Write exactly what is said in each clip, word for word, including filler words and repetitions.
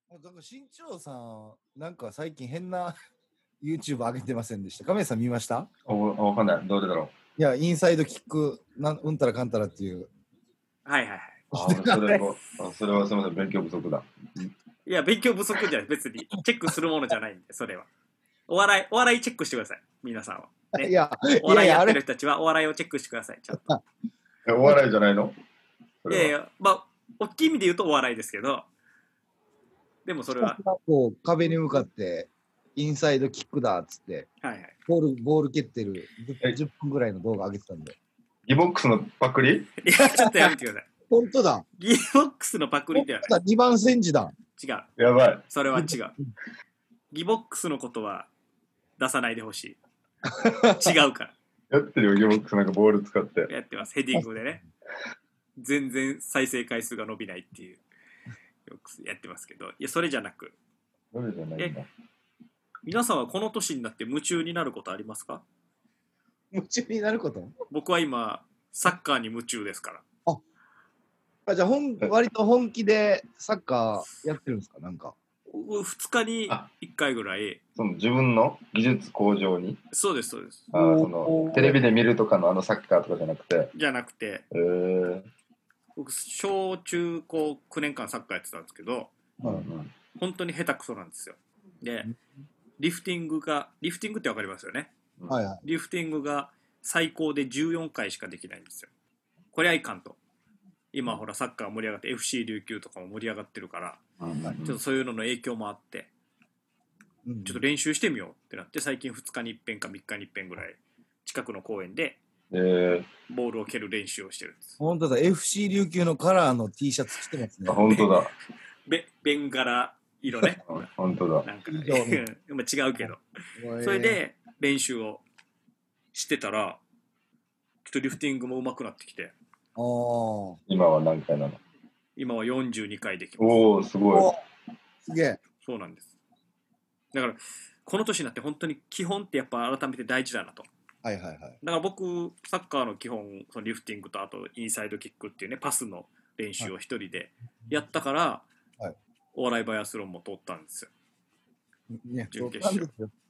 なんか新潮さん、なんか最近変な YouTube 上げてませんでした？亀井さん見ました？ おわかんない。どれだろいや、インサイドキック、なんうんたらかんたらっていう。 はいはいはい。 う。あ、俺それも、あそれはすみません、勉強不足だ。 いや、勉強不足じゃない。別にチェックするものじゃないんで、それは。お笑い、お笑いチェックしてください。皆さんは。ね、 いや、 お笑いやっていやいや、 る人たちはお笑いをチェックしてください。ちゃんと。 え、お笑いじゃないの？ いやいや、まあ、大きい意味で言うとお笑いですけど、でもそれは。 こう壁に向かって、インサイドキックだっつって、 はいはい。 ボール、ボール蹴ってるじゅっぷんぐらいの動画上げてたんで。 ギボックスのパクリ？ いや、ちょっとやめてください。 本当だ。 ギボックスのパクリではない。 にばん戦時だ。 違う。 やばい。 それは違う。ギボックスのことは出さないでほしい。違うから。 やってるよ、ギボックスなんかボール使って。 やってます。ヘディングでね。全然再生回数が伸びないっていう。よくやってますけど。いや、それじゃなく。 どれじゃないんだ。 皆さんはこの年になって夢中になることありますか？ 夢中になること？ 僕は今、サッカーに夢中ですから。 あ、じゃあ本、割と本気でサッカーやってるんですか？なんか。 ふつかにいっかいぐらい。 その自分の技術向上に？ そうです、そうです。 あ、そのテレビで見るとかのあのサッカーとかじゃなくて。 じゃなくて。 えー、 僕、小中高きゅうねんかんサッカーやってたんですけど、 うんうん、 本当に下手くそなんですよ。で、リフティングが、リフティングってわかりますよね。 はいはい。 リフティングが最高でじゅうよんかいしかできないんですよ。これはいかんと。今ほらサッカー盛り上がって エフシー 琉球とかも盛り上がってるから、うんうん、ちょっとそういうのの影響もあって、うん、ちょっと練習してみようってなって、最近ふつかにいっぺんかみっかにいっぺんぐらい近くの公園でボールを蹴る練習をしてるんです。 本当だ、 エフシー 琉球のカラーの T シャツ着てますね。 本当だ。 ベンガラ色ね。 本当だ。 なんかね、違うけど。それで練習をしてたら、ちょっとリフティングも上手くなってきて。 あー、 今は何回なの？ 今はよんじゅうにかいできます。 おお、すごい。 すげえ。 そうなんです。だからこの年になって本当に基本ってやっぱ改めて大事だなと。 はいはいはい。 だから僕サッカーの基本、そのリフティングとあとインサイドキックっていうね、パスの練習を一人でやったから、はい、お笑いバイアスロンも通ったんですよ。準決勝。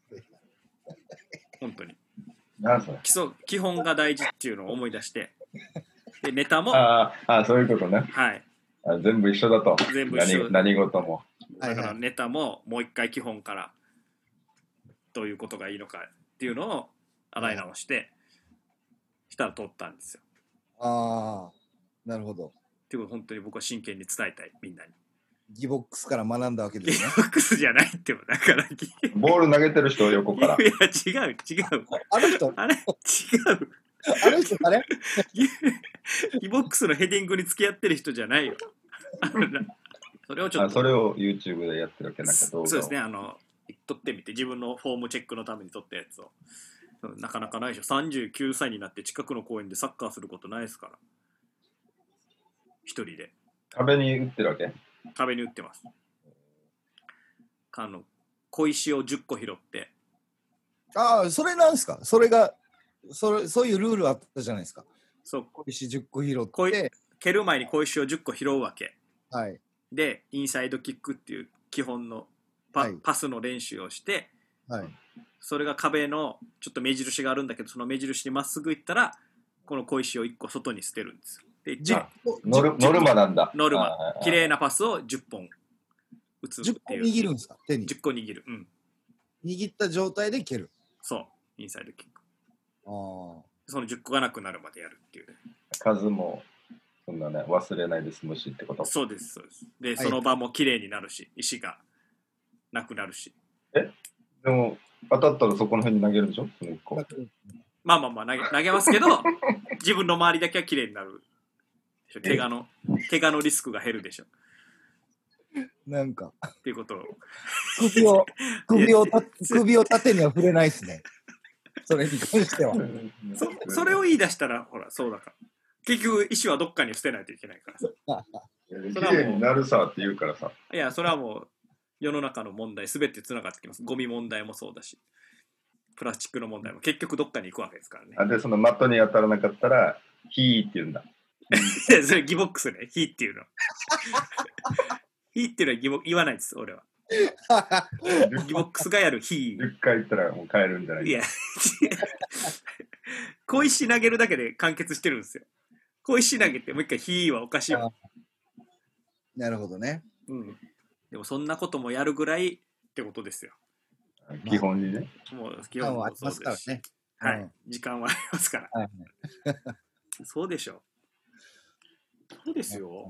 本当に。基礎基本が大事っていうのを思い出して、でネタもああ、そういうことね。 はい。 あ、全部一緒だと。 全部一緒。 何、何事も。 だからネタももう一回基本からどういうことがいいのかっていうのを洗い直して、したら通ったんですよ。 ああ、なるほど。 っていうことを本当に僕は真剣に伝えたい、みんなに。 ギボックスから学んだわけですね。 ギボックスじゃないってもだからボール投げてる人横から。 いや違う違う。 あの人あれ違う。 あの人あれギボックスのヘディングに付き合ってる人じゃないよ。それをちょっと。 それを YouTube でやってるわけなんか動画を。 そうですね、あの撮ってみて自分のフォームチェックのために撮ったやつを。なかなかないでしょ。さんじゅうきゅうさいになって近くの公園でサッカーすることないですから。一人で。 壁に打ってるわけ？ 壁に打ってます。あの小石をじゅっこ拾って。 ああ、それなんですか？それがそれそういうルールあったじゃないですか。 そう、 小石じゅっこ拾って蹴る前に小石をじゅっこ拾うわけ。 はい。 でインサイドキックっていう基本の パ,、はい、パスの練習をして、 はい、 それが壁のちょっと目印があるんだけど、その目印にまっすぐ行ったらこの小石をいっこ外に捨てるんですよ。でノルノルマなんだ。 ノルマ。綺麗なパスをじゅっぽん打つっていう。 じゅっこ握るんですか？手にじゅっこ握る、うん、 握った状態で蹴る。 そう、インサイドキック。 ああ、 そのじゅっこがなくなるまでやるっていう。 数もそんなね、忘れないで済むしってこと？ そうですそうです。で、はい、その場も綺麗になるし、石がなくなるし。 えでも当たったらそこの辺に投げるでしょ？そのいっこ。 まあまあまあ投げ、投げますけど自分の周りだけは綺麗になるでしょ。怪我の怪我のリスクが減るでしょ。 なんかっていうことを首を首をた首を縦には触れないですね。それに関してはそ, それを言い出したらほらそうだから結局石はどっかに捨てないといけないからさ。 綺麗になるさって言うからさ。 いやそれはもう世の中の問題すべてつながってきます。ゴミ問題もそうだしプラスチックの問題も結局どっかに行くわけですからね。 あでその的に当たらなかったらヒーって言うんだ。 それギボックスね、ヒーっていうのヒーっていうのはギボ言わないです、俺は。ギボックスがやるヒー。 じゅっかい言ったらもう帰るんじゃない？ いや、小石投げるだけで完結してるんですよ。小石投げてもう一回ヒーはおかしいわ。 なるほどね。 うん。でもそんなこともやるぐらいってことですよ。 基本にね。 もう基時間本もはありますそうですし。 からね。 はい、 うん時間はありますから。 はいそうでしょ。そうですよ。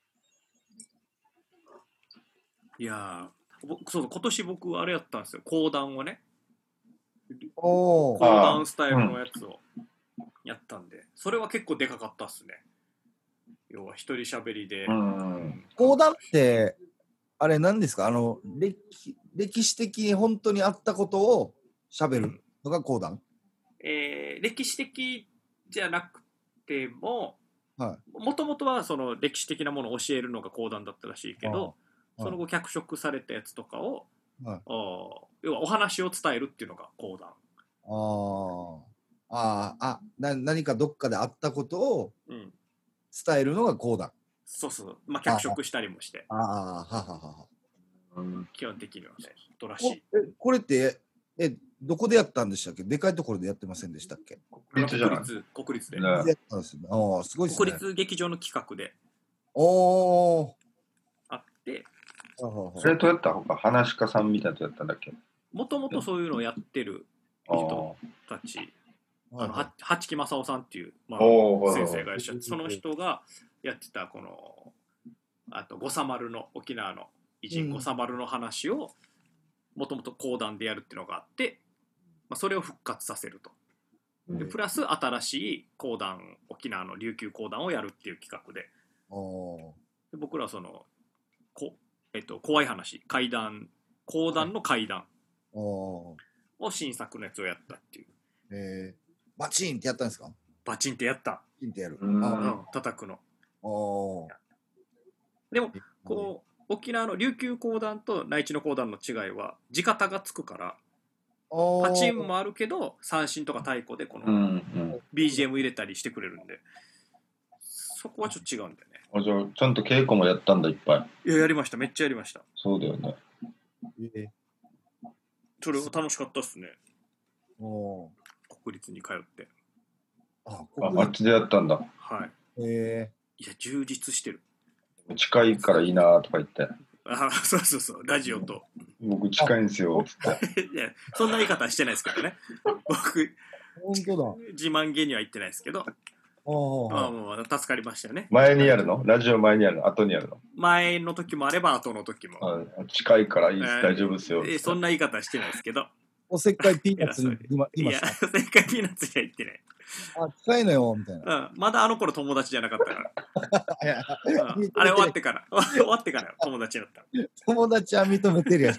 いやー、僕そう今年僕あれやったんですよ。講談をね。 お講ー談スタイルのやつをやったんで、それは結構でかかったっすね。要は一人喋りで。 うん。 講談ってあれ何ですか？あの歴歴史的に本当にあったことを喋るのが講談？ えー歴史的じゃなくても、 はもともとはその歴史的なものを教えるのが講談だったらしいけど、 ああその後脚色されたやつとかを、 はいあ要はお話を伝えるっていうのが講談。 ああああな何かどっかであったことをうん、 伝えるのが講談。 そうそう。まあ脚色したりもして、 ああはははは。 うん基本的にはね、とらしこい。 えこれってえどこでやったんでしたっけ？でかいところでやってませんでしたっけ？ 国立じゃない？ 国立、国立で。 ねでやったんですよね。ああすごいですね。 国立劇場の企画でおお。 あって、 はははそれとやったほか、話し家さんみたいなやつやったんだっけ？ もともとそういうのをやってるあ人たち、あのはいはいは八木正夫さんっていう、まあ、 おーはいはい先生がいらっしゃって、その人がやってたこのあと五三丸の沖縄の偉人五三丸の話をもともと講談でやるっていうのがあって、まあ、それを復活させると。でプラス新しい講談、沖縄の琉球講談をやるっていう企画で、 おーで僕らはそのこ、えっと、怖い話怪談講談の怪談おーを新作のやつをやったっていう。 えー、バチンってやったんですか？ バチンってやった、 バチンってやる。 うんあうん、叩くの。 おーでもこう沖縄の琉球講談と内地の講談の違いは地方がつくからおーパチンもあるけど三振とか太鼓でこうんうのん。 ビージーエム 入れたりしてくれるんで、そこはちょっと違うんだよね。 あ、じゃあちゃんと稽古もやったんだ、いっぱい。 いややりました、めっちゃやりました。 そうだよね。 えそれは楽しかったっすね。 ー、おー国立に通って。 ああ、 国あっちでやったんだ。 はいえいや充実してる。 近いからいいなとか言って。 あそうそうそうラジオと僕近いんですよ、つって。 いやそんな言い方はしてないですけどね。僕ー、本当自慢げには言ってないですけど、 だ。おーまあもう助かりましたよね。 前にやるの？ラジオ前にやるの？後にやるの？ 前の時もあれば後の時も。 あ、近いからいいです、 えー大丈夫ですよ。 えそんな言い方はしてないですけど。 おせっかいピーナッツに今いや、 今さ正解ピーナッツには言ってない。 あ近いのよみたいな。 うん、まだあの頃友達じゃなかったかいやら。うん、あれ終わってから、終わってから友達だった。 友達は認めてるやん。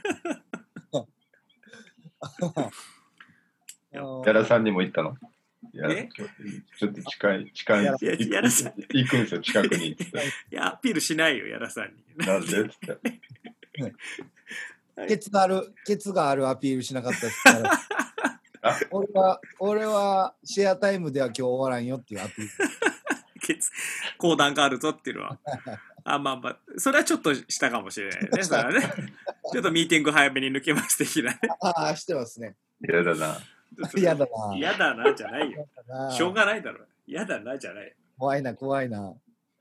やらさんにも行ったの？やらえちょっと近い、近い。 いややらさん行くんですよ、近くに。 いや、アピールしないよ、やらさんに。 なんでつって。 はいケツがある、ケツがあるアピールしなかったですから。 あ俺は、俺はシェアタイムでは今日終わらんよっていうアピール。 ケツ講談があるぞっていうのは。あ、まあまあ、それはちょっとしたかもしれないね。それはね。ちょっとミーティング早めに抜けます的なね。 ああ、してますね。 嫌だな。 嫌だな。 嫌だな、じゃないよ。 嫌だなしょうがないだろ。嫌だな、じゃない。 怖いな、怖いな。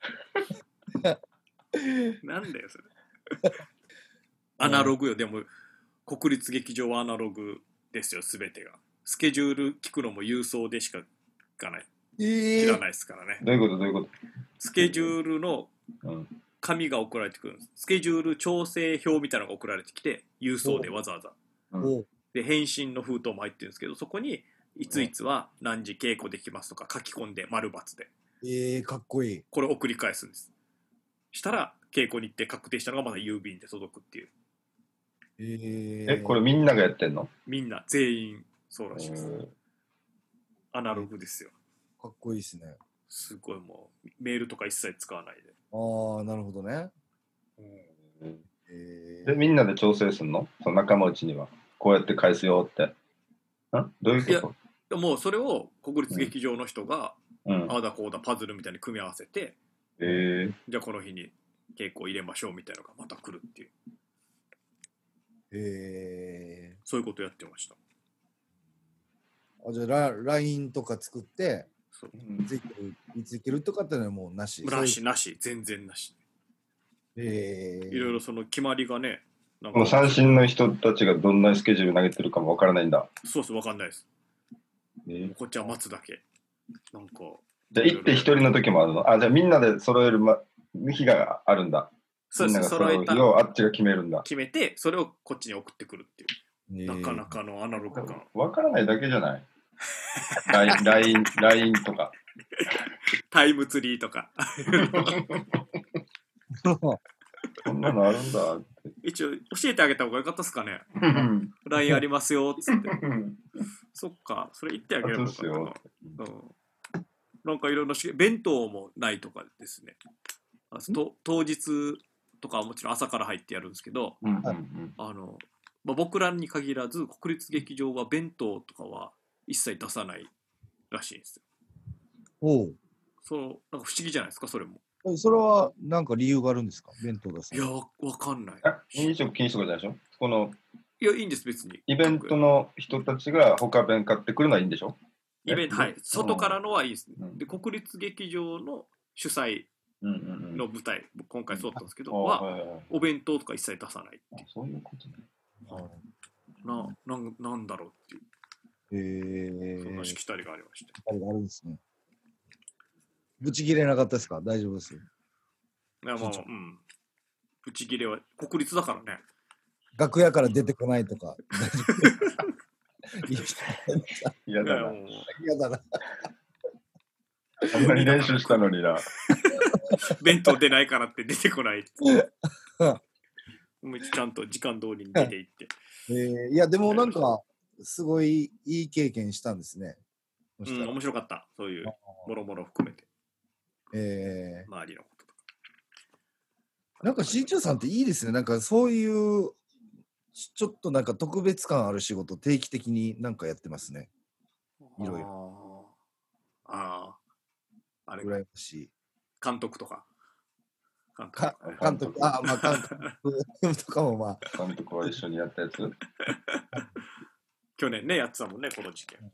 なんだよ、それ。アナログよ。でも、国立劇場はアナログですよ、すべてが。スケジュール聞くのも郵送でしか聞かない。 ええ知らないですからね。 どういうことどういうこスケジュールのと？うん。 紙が送られてくるんです。スケジュール調整表みたいなのが送られてきて、郵送でわざわざ。 うんおうで、返信の封筒も入ってるんですけど、そこに、いついつは何時稽古できますとか書き込んで、丸×で。 ええかっこいい。 これを送り返すんです。したら、稽古に行って確定したのがまだ郵便で届くっていう。 ええ、これみんながやってんの？ みんな、全員、そうらしいです。 うんアナログですよ。 かっこいいですね。 すごいもう、メールとか一切使わないで。 ああ、なるほどね。 うんえで、みんなで調整すんの？その仲間内には。こうやって返すよって。んどういうこでもうそれを国立劇場の人が、 と？うん。 ああだこうだパズルみたいに組み合わせて、 えー、 じゃあこの日に稽古を入れましょうみたいなのがまた来るっていう、 えそういうことやってました。 ー、あじゃあラ ライン とか作ってそううんいついけるいついけるとかってのはもうなし。 なしなし全然なし、 えー、 いろいろその決まりがねなんこの三振の人たちがどんなスケジュール投げてるかもわからないんだ。 そうそう分かんないです。 えーこっちは待つだけ。なんかじゃあ行って一人の時もあるの？あ、じゃあみんなで揃える、ま、日があるんだ。 そうですみんなが揃う揃えた日をあっちが決めるんだ。 決めてそれをこっちに送ってくるっていう、 えーなかなかのアナログ感。 わからないだけじゃない。ライン、ライン、ラインとか。 タイムツリーとかこんなのあるんだって。 一応教えてあげた方がよかったですかね。 うんライン ありますよっつってうんそっかそれ言ってあげればよかったな。 そうっすうんなんかいろんなし弁当もないとかですね。あと当日とかはもちろん朝から入ってやるんですけど、 うんうんあの、まあ、僕らに限らず国立劇場は弁当とかは一切出さないらしいんですよ。 おうそうなんか不思議じゃないですかそれも。 それはなんか理由があるんですか？弁当出すいやわわかんない。 あ、飲食禁止とかじゃないでしょ？このいやいいんです別に。 イベントの人たちが他弁買ってくるのはいいんでしょ？ イベントはい外からのはいいですね。 うんで国立劇場の主催うんうんうん。 の舞台、今回そうだったんですけど、 あははいはいはいお弁当とか一切出さないってあいう。 そういうことね。 ななんなんだろうっていうえー、 そんなしきたりがありまして。 あれがあるんですね。ぶち切れなかったですか？大丈夫ですよ。 いやまあうんブチ切れは国立だからね。 楽屋から出てこないとか。大丈夫いや嫌だな。 いやもう嫌だな。 あんなに練習したのにな。 弁当出ないからって出てこないってもうちゃんと時間通りに出て行ってえー、いや、でもなんか、すごいいい経験したんですね。そしたらうん面白かったそういうもろもろ含めてえ周りのこととか。 ー、なんか新庄さんっていいですね。なんかそういうちちょっとなんか特別感ある仕事定期的になんかやってますね。いろいろあああれ羨ましい。 監督とか監督か監督、あ、まあ監督とかもまあ。 監督は一緒にやったやつ。 去年ねやってたもんねこの事件。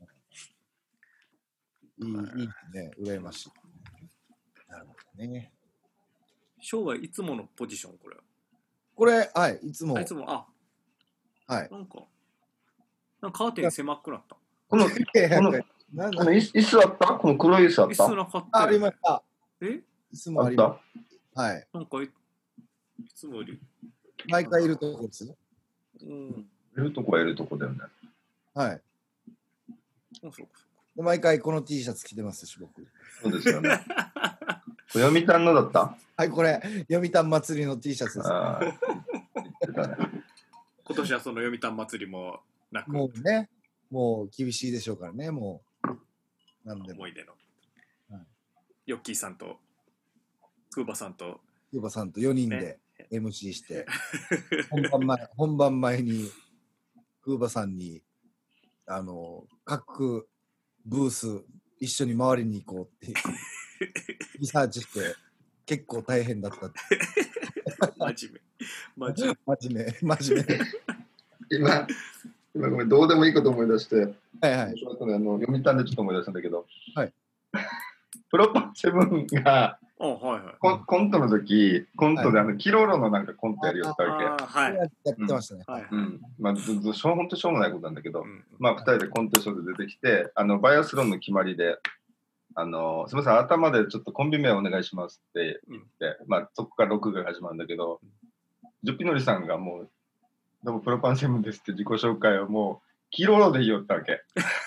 いい、いいね。羨ましい。なるほどね。 生涯いつものポジションこれ。 これ、はい、いつも。 あいつもあはい。 なんかなんかカーテン狭くなった。 この、この、 なんこの椅子椅子あったこの黒い椅子あっ椅た子なかったあ、あよねりました。 えいつもああっりまたす。はい。 なんかいいつもより毎回いるとこです。 うんいるとこはいるとこだよね。 はい。 あそうかそうかで毎回この T シャツ着てますし、僕。 そうですよね。これ読谷のだったはい、これ、読谷祭りの T シャツです。 ああ、言ってたね。 今年はその読谷祭りもなくもうね、もう厳しいでしょうからね、もう。なんでも思。い出の、 はいヨッキーさんとクーバさんとゆうばさんとよにんで エムシー して、本番前、本番前に、クーバさんに、あの、各ブース一緒に回りに行こうって、リサーチして、結構大変だったって。 真面目真面真面目、真面目。 今、今ごめん、どうでもいいこと思い出して、 はいはい。 ちょっとね、あの読谷でちょっと思い出したんだけど、 はい。 プロパンセブンが目。あはいはい。 コンコントの時、コントであの、キロロのなんかコントやりよったわけ。 あはいやってましたね。 はい。 うん。まあ、ずずしょう本当しょうもないことなんだけど、 うんまあ、ふたりでコントショーで出てきて、あの、バイアスロンの決まりで、あの、すみません、頭でちょっとコンビ名お願いしますって言って、まあ、そこから録画が始まるんだけど、ジョピノリさんがもう、どうもプロパンセブンですって自己紹介をもう、キロロで言いよったわけ。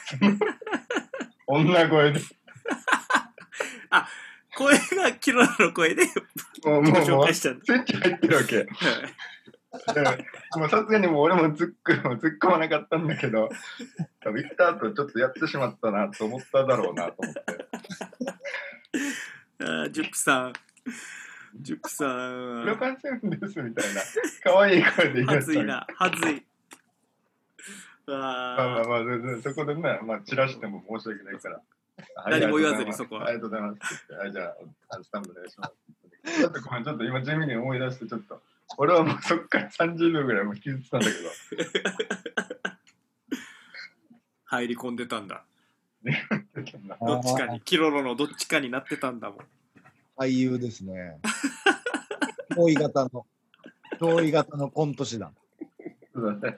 女声で。 あ声がキロの声でもう、 自己もう、もう、 紹介しちゃう。 スイッチ入ってるわけ。でもうさすがにもう俺も突っ込む突っ込まなかったんだけど、多分行った後ちょっとやってしまったなと思っただろうなと思って。 あジュプさん、ジュプさプロん、 パンセブンですみたいな、可愛い声で言いはました。 ずいな、はずい。 まあまああまあ、全然そこでね、まあ、散らしても申し訳ないから。 何も言わずにそこはありがとうございます。ありがとうございますって言って、はい、じゃあ、あのスタンプお願いします。 ちょっとごめん、ちょっと今地味に思い出して、ちょっと。俺はもうそっからさんじゅうびょうぐらいもう引きずってたんだけど。 入り込んでたんだ。 あどっちかーに、キロロのどっちかになってたんだもん。 俳優ですね。憑依型の、憑依型のコント師だ。 そうだね。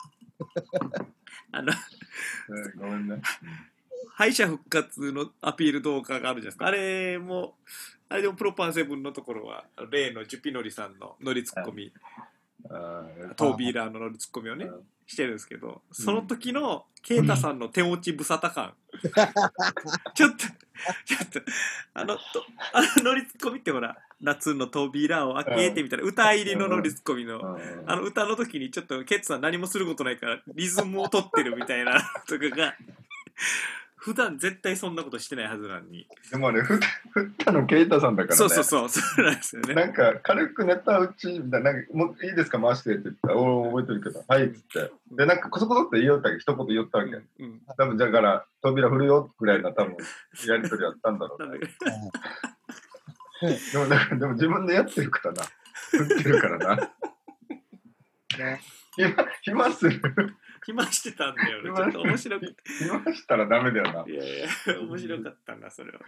あの、 うんごめんね。 敗者復活のアピール動画があるじゃないですか。あれも、あれでもプロパンセブンのところは、例のジュピノリさんの乗りツッコミ、 あートービーラーの乗りツッコミをね、 うんしてるんですけど、その時のケイタさんの手落ち無沙汰感、ちょっと、ちょっと、あの、とあの乗りツッコミってほら、夏のトービーラーを開けてみたいな、歌入りの乗りツッコミの、 うんあの歌の時にちょっとケツさん何もすることないからリズムを取ってるみたいなとかが普段絶対そんなことしてないはずなのに、 でもあれ、ふ振ったのケイタさんだからね。 そうそうそうそうなんですよね。 なんか軽くネタ打ちみたいな、なんかもういいですか回してって言ったら、おお覚えてるけど、はいっつって。で、なんかこそこそって言いよったわけ、一言言ったわけ。 うんうん、 多分だから、扉振るよぐらいな多分やりとりやったんだろうね。 なんだでもなんか、でも自分でやってるからな。振ってるからな。 ね、 暇、暇する。 暇してたんだよね。ちょっと面白くて。 暇したらダメだよな。 いやいや、面白かったな、それは。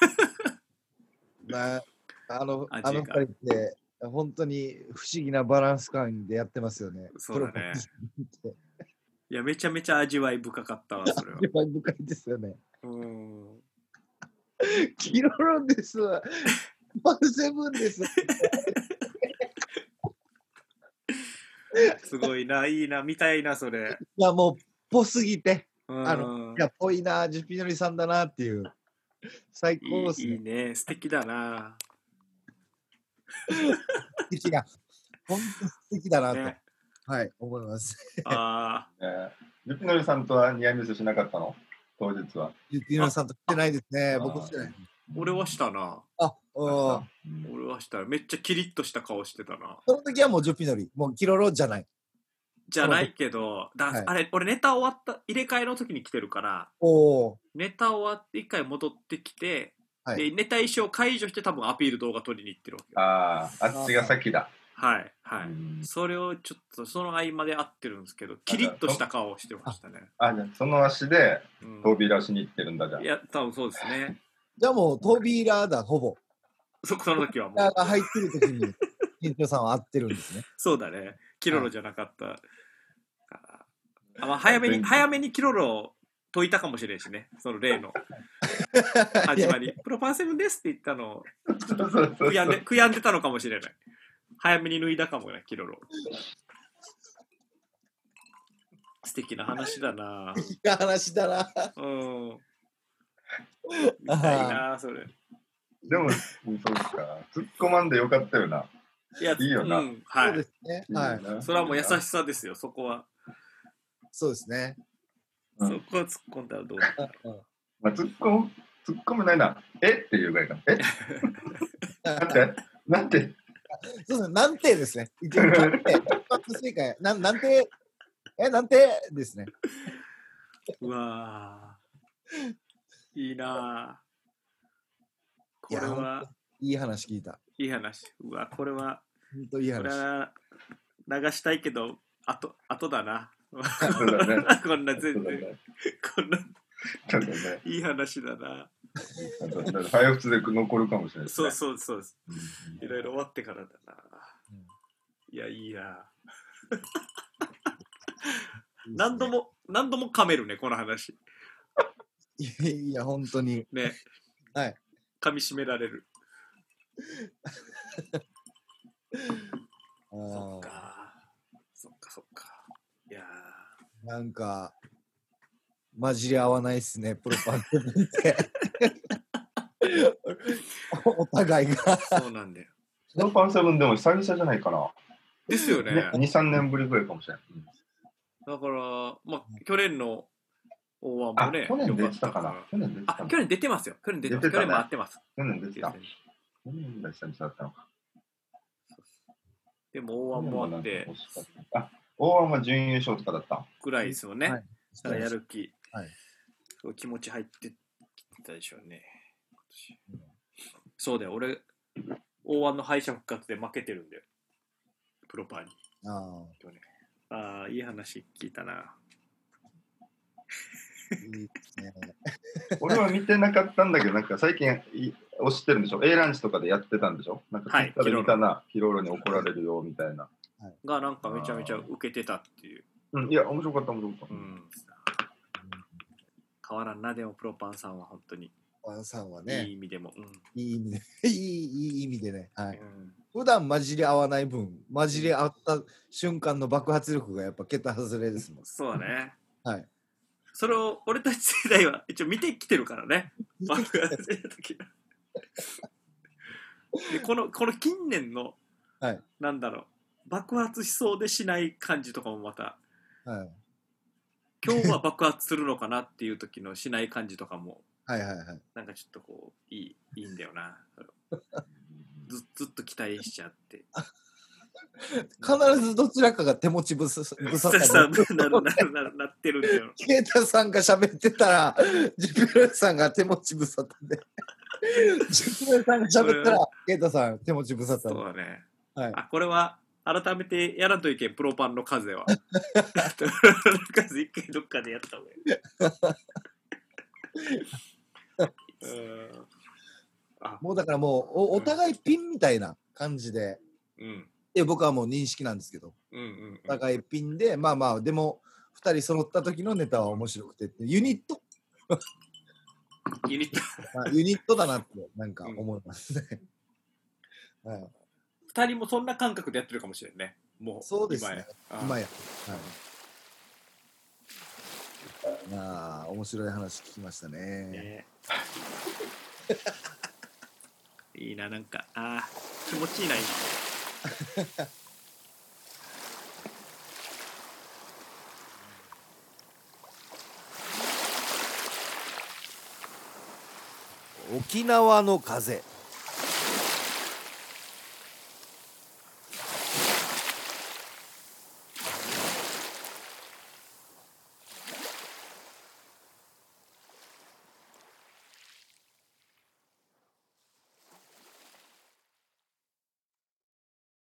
まあ、あの、 味があの二人って、本当に不思議なバランス感でやってますよね。 そうだねプロポーズっていや、めちゃめちゃ味わい深かったわ、それは。 味わい深いですよね。 うん。 キロロですわ。マルセブンです。 すごいな、いいな、見たいな、それ。 いや、もう、ぽすぎて、 うん、 あの、いや、ぽいな、ジュピノリさんだなっていう。最高ですね。 いいいいね、素敵だな。 素敵や。本当素敵だなと、 ね、 はい、思います。 ああ、 えー、ジュピノリさんとはニアミスしなかったの当日は。 ジュピノリさんと来てないですね。 あ僕してない。 俺はしたな。 あ、おー俺はした。めっちゃキリッとした顔してたな。 その時はもうジュピノリ、もうキロロじゃない。 じゃないけど、だはいあれ、俺ネタ終わった、入れ替えの時に来てるから、 おお、 ネタ終わって一回戻ってきて、 はいでネタ衣装解除して多分アピール動画撮りに行ってるわけよ。 ああ、あっちが先だ。 はい、はい。 うんそれをちょっとその合間で合ってるんですけど、キリッとした顔をしてましたね。 あ、じゃあその足でうん飛び出しに行ってるんだじゃん。 いや、多分そうですね。 じゃあもうトビーラーだ、ほぼ。 そその時はもう、 ラーが入ってる時に、金長さんは合ってるんですね。 そうだね。キロロじゃなかったから。あまあ、早めに、早めにキロロを解いたかもしれんしね。その例の始まり。プロパンセブンですって言ったのをそうそうそう悔やんで、悔やんでたのかもしれない。早めに脱いだかもね、キロロ。素敵な話だな。 いい話だな。 うん。見たいな、それ。 でも、そうか。突っ込まんでよかったよな。 いや、 いいよなうん、はそうでい。 すね。 いいはい。 なそれはもう優しさですよ、そこは。 そうですね。 うんそこは突っ込んだらどうだうんうんまあ、突っ込む、突っ込むないな。えっていうぐらいかな。えなんてなんてそうですね。なんてですね。一応、なんて、一発正解。なんなんて、え、なんてですね。 うわーいいなぁ。これいやはいい話聞いた。 いい話。うわ、これは、 本当いいこれ話。 は流したいけど、あと、あとだな。 そうだね。 こんな全然、 そうだね。 こんなちょっとね。 いい話だな。 早口で残るかもしれないですね。 そうそうそうです。 うんいろいろ終わってからだな。 うんいや、いいな。何度も、何度も噛めるね、この話。 いやいや、本当に。 ね。 はい。 噛み締められる。 あそっーか。そっかそっか。いやなんか、混じり合わないっすね、プロパンセブンって。お互いが。 ー、そうなんだよ。 プロパンセブンでも久々じゃないかな。 ですよね。 に、さんねんぶりぐらいかもしれない。うんだから、まあ、去年の大湾もあ、 ね、 去年出てたよかっかな。去年出てたあ、 かな。 去年出てますよ。去年出てます。 出てたね去年も会ってます。 去年出てた。去年が久々だったのか。 でも大湾もあって惜しかったあ、大湾は準優勝とかだった。 ぐらいですよね。 はいだからやる気、 はいすごい気持ち入ってきたでしょうね。今年そうだよ、俺、 オーワン の敗者復活で負けてるんだよ、プロパーに。 あああ、いい話聞いたな。 いいですね。 俺は見てなかったんだけど、なんか最近い推してるんでしょ？ A ランチとかでやってたんでしょ？なんかツイッターで見たな、キローロに怒られるよみたいな。 がなんかめちゃめちゃ受けてたっていう。 うん、いや、面白かった、面白かった。 うん。変わらんな、でもプロパンさんは本当に。 パンさんはね、 いい意味でも。うん、 いい意味で、いい、いい意味でね。はい。 うん、 普段混じり合わない分、混じり合った瞬間の爆発力がやっぱ桁外れですもん。 そうだね。 はい。 それを俺たち世代は一応見てきてるからね。爆発した時でこのこの近年の、 はい、 なんだろう、爆発しそうでしない感じとかもまた、 はい、 今日は爆発するのかなっていう時のしない感じとかも、 はいはいはい、 なんかちょっとこういいいいんだよな。ず, ずっと期待しちゃって。 必ずどちらかが手持ちぶさぶさったなるなるなるなってるんだよ。 ケイタさんが喋ってたらジュピロさんが手持ちぶさったんでジュピロさんが喋ったらケイタさん手持ちぶさったんで。 そうだね、 はい、 あ、これは改めてやらんといけん、プロパンの数は数一回どっかでやった方がいいうんあもうだからもう お, お互いピンみたいな感じで、 うん、 で僕はもう認識なんですけど、 うんうんうん、 お互いピンで、まあまあでもふたり揃った時のネタは面白くてってユニットユニットユニットだなってなんか思いますね、うんはい、 ふたりもそんな感覚でやってるかもしれんね。もうそうですね、今や、はい、ああ面白い話聞きましたね。ねいいな、なんかあ気持ちいいな今沖縄の風